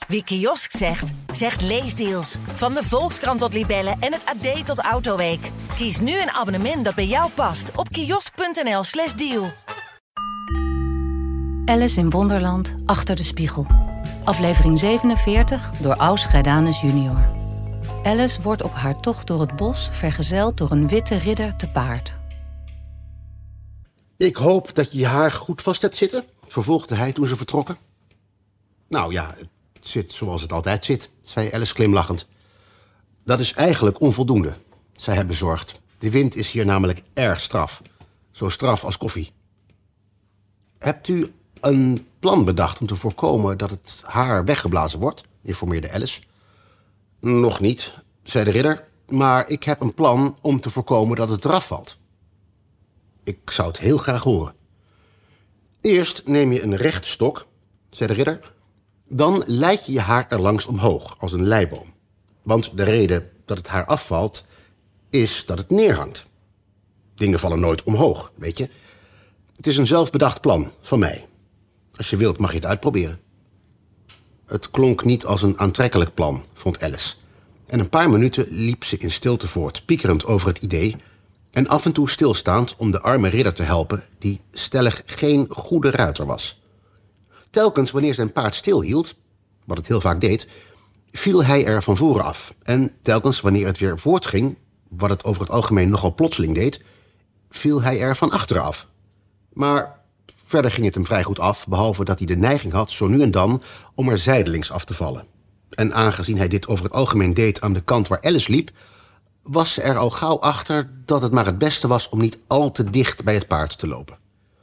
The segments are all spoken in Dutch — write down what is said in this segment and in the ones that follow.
Wie kiosk zegt, zegt leesdeals. Van de Volkskrant tot Libellen en het AD tot Autoweek. Kies nu een abonnement dat bij jou past op kiosk.nl/deal. Alice in Wonderland achter de spiegel. Aflevering 47 door Aus Grijdanus junior. Alice wordt op haar tocht door het bos vergezeld door een witte ridder te paard. Ik hoop dat je je haar goed vast hebt zitten, vervolgde hij toen ze vertrokken. Nou ja, het zit zoals het altijd zit, zei Alice glimlachend. Dat is eigenlijk onvoldoende, zei hij bezorgd. De wind is hier namelijk erg straf. Zo straf als koffie. Hebt u een plan bedacht om te voorkomen dat het haar weggeblazen wordt? Informeerde Alice. Nog niet, zei de ridder. Maar ik heb een plan om te voorkomen dat het eraf valt. Ik zou het heel graag horen. Eerst neem je een rechte stok, zei de ridder. Dan leid je je haar er langs omhoog, als een leiboom. Want de reden dat het haar afvalt, is dat het neerhangt. Dingen vallen nooit omhoog, weet je. Het is een zelfbedacht plan van mij. Als je wilt, mag je het uitproberen. Het klonk niet als een aantrekkelijk plan, vond Alice. En een paar minuten liep ze in stilte voort, piekerend over het idee en af en toe stilstaand om de arme ridder te helpen, die stellig geen goede ruiter was. Telkens wanneer zijn paard stilhield, wat het heel vaak deed, viel hij er van voren af. En telkens wanneer het weer voortging, wat het over het algemeen nogal plotseling deed, viel hij er van achteren af. Maar verder ging het hem vrij goed af, behalve dat hij de neiging had zo nu en dan om er zijdelings af te vallen. En aangezien hij dit over het algemeen deed aan de kant waar Alice liep, was ze er al gauw achter dat het maar het beste was om niet al te dicht bij het paard te lopen.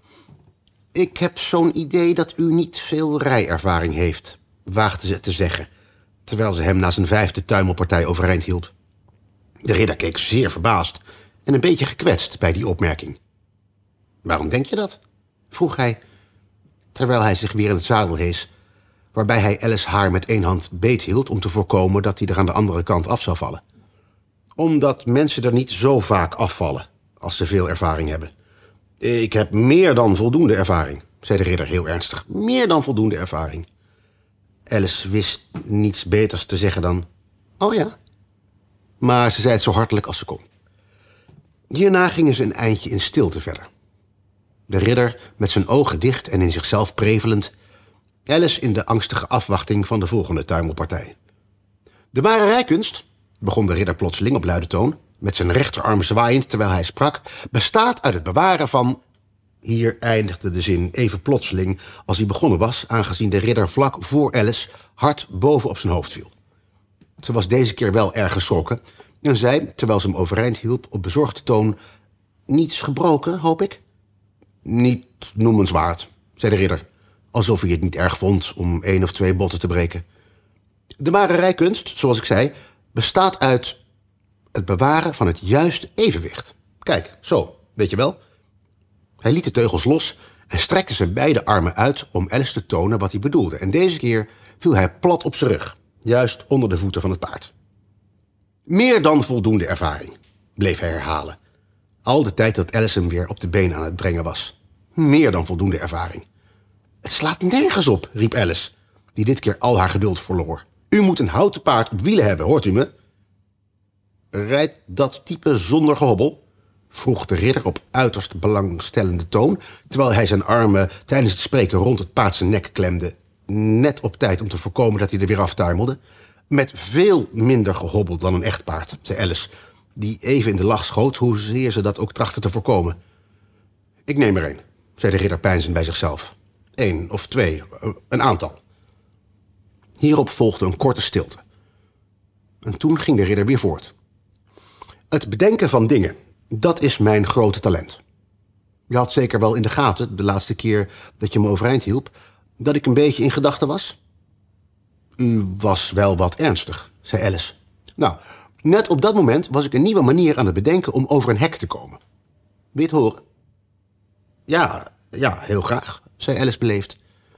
Ik heb zo'n idee dat u niet veel rijervaring heeft, waagde ze te zeggen, terwijl ze hem na zijn 5e tuimelpartij overeind hielp. De ridder keek zeer verbaasd en een beetje gekwetst bij die opmerking. Waarom denk je dat? Vroeg hij, terwijl hij zich weer in het zadel hees, waarbij hij Alice haar met 1 hand beethield om te voorkomen dat hij er aan de andere kant af zou vallen. Omdat mensen er niet zo vaak afvallen als ze veel ervaring hebben. Ik heb meer dan voldoende ervaring, zei de ridder heel ernstig. Meer dan voldoende ervaring. Alice wist niets beters te zeggen dan, oh ja. Maar ze zei het zo hartelijk als ze kon. Hierna gingen ze een eindje in stilte verder. De ridder met zijn ogen dicht en in zichzelf prevelend, Alice in de angstige afwachting van de volgende tuimelpartij. De ware rijkunst, begon de ridder plotseling op luide toon, met zijn rechterarm zwaaiend terwijl hij sprak, bestaat uit het bewaren van... Hier eindigde de zin even plotseling als hij begonnen was, aangezien de ridder vlak voor Alice hard boven op zijn hoofd viel. Ze was deze keer wel erg geschrokken en zei, terwijl ze hem overeind hielp, op bezorgde toon, niets gebroken, hoop ik? Niet noemenswaard, zei de ridder, alsof hij het niet erg vond om 1 of 2 botten te breken. De ware rijkunst, zoals ik zei, bestaat uit het bewaren van het juiste evenwicht. Kijk, zo, weet je wel. Hij liet de teugels los en strekte zijn beide armen uit om Alice te tonen wat hij bedoelde. En deze keer viel hij plat op zijn rug, juist onder de voeten van het paard. Meer dan voldoende ervaring, bleef hij herhalen. Al de tijd dat Alice hem weer op de been aan het brengen was. Meer dan voldoende ervaring. Het slaat nergens op, riep Alice, die dit keer al haar geduld verloor. U moet een houten paard op wielen hebben, hoort u me? Rijdt dat type zonder gehobbel? Vroeg de ridder op uiterst belangstellende toon, terwijl hij zijn armen tijdens het spreken rond het paard zijn nek klemde, net op tijd om te voorkomen dat hij er weer aftuimelde. Met veel minder gehobbel dan een echt paard, zei Alice, die even in de lach schoot, hoezeer ze dat ook trachtte te voorkomen. Ik neem er 1, zei de ridder peinzend bij zichzelf. 1 of 2, een aantal. Hierop volgde een korte stilte. En toen ging de ridder weer voort. Het bedenken van dingen, dat is mijn grote talent. Je had zeker wel in de gaten, de laatste keer dat je me overeind hielp, dat ik een beetje in gedachten was? U was wel wat ernstig, zei Alice. Nou, net op dat moment was ik een nieuwe manier aan het bedenken om over een hek te komen. Wil je het horen? Ja, heel graag, zei Alice beleefd.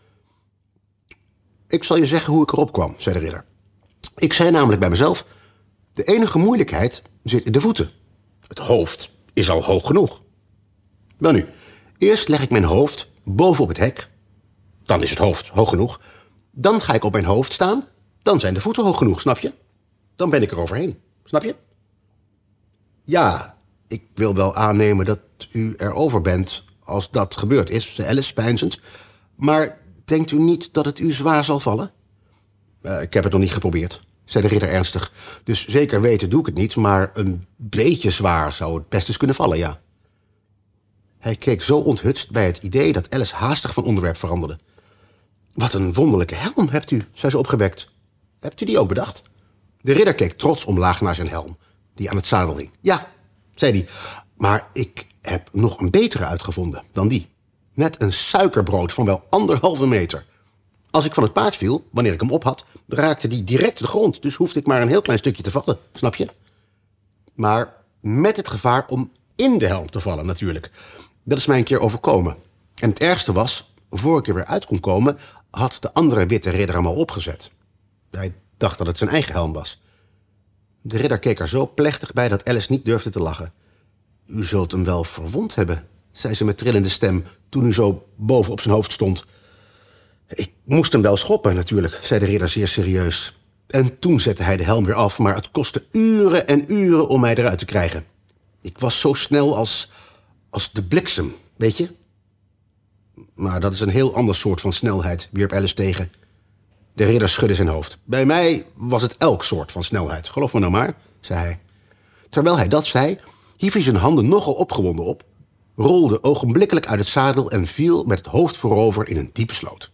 Ik zal je zeggen hoe ik erop kwam, zei de ridder. Ik zei namelijk bij mezelf, de enige moeilijkheid zit in de voeten. Het hoofd is al hoog genoeg. Welnu, eerst leg ik mijn hoofd bovenop het hek. Dan is het hoofd hoog genoeg. Dan ga ik op mijn hoofd staan Dan zijn de voeten hoog genoeg, snap je? Dan ben ik er overheen, snap je? Ja, ik wil wel aannemen dat u erover bent als dat gebeurd is, zei Alice peinzend. Maar denkt u niet dat het u zwaar zal vallen? Ik heb het nog niet geprobeerd, zei de ridder ernstig. Dus zeker weten doe ik het niet, maar een beetje zwaar zou het best eens kunnen vallen, ja. Hij keek zo onthutst bij het idee dat Alice haastig van onderwerp veranderde. Wat een wonderlijke helm hebt u, zei ze opgewekt. Hebt u die ook bedacht? De ridder keek trots omlaag naar zijn helm, die aan het zadel hing. Ja, zei hij, maar ik heb nog een betere uitgevonden dan die. Net een suikerbrood van wel 1,5 meter. Als ik van het paard viel, wanneer ik hem op had, raakte die direct de grond. Dus hoefde ik maar een heel klein stukje te vallen, snap je? Maar met het gevaar om in de helm te vallen natuurlijk. Dat is mij een keer overkomen. En het ergste was, voor ik er weer uit kon komen, had de andere witte ridder hem al opgezet. Hij dacht dat het zijn eigen helm was. De ridder keek er zo plechtig bij dat Alice niet durfde te lachen. U zult hem wel verwond hebben, zei ze met trillende stem toen u zo boven op zijn hoofd stond. Ik moest hem wel schoppen natuurlijk, zei de ridder zeer serieus. En toen zette hij de helm weer af, maar het kostte uren en uren om mij eruit te krijgen. Ik was zo snel als de bliksem, weet je? Maar dat is een heel ander soort van snelheid, wierp Alice tegen. De ridder schudde zijn hoofd. Bij mij was het elk soort van snelheid, geloof me nou maar, zei hij. Terwijl hij dat zei, hief hij zijn handen nogal opgewonden op, rolde ogenblikkelijk uit het zadel en viel met het hoofd voorover in een diepe sloot.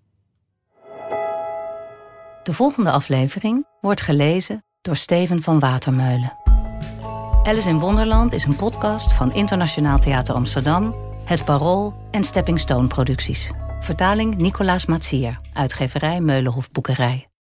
De volgende aflevering wordt gelezen door Steven van Watermeulen. Alice in Wonderland is een podcast van Internationaal Theater Amsterdam, Het Parool en Stepping Stone Producties. Vertaling Nicolaas Matsier, uitgeverij Meulenhof Boekerij.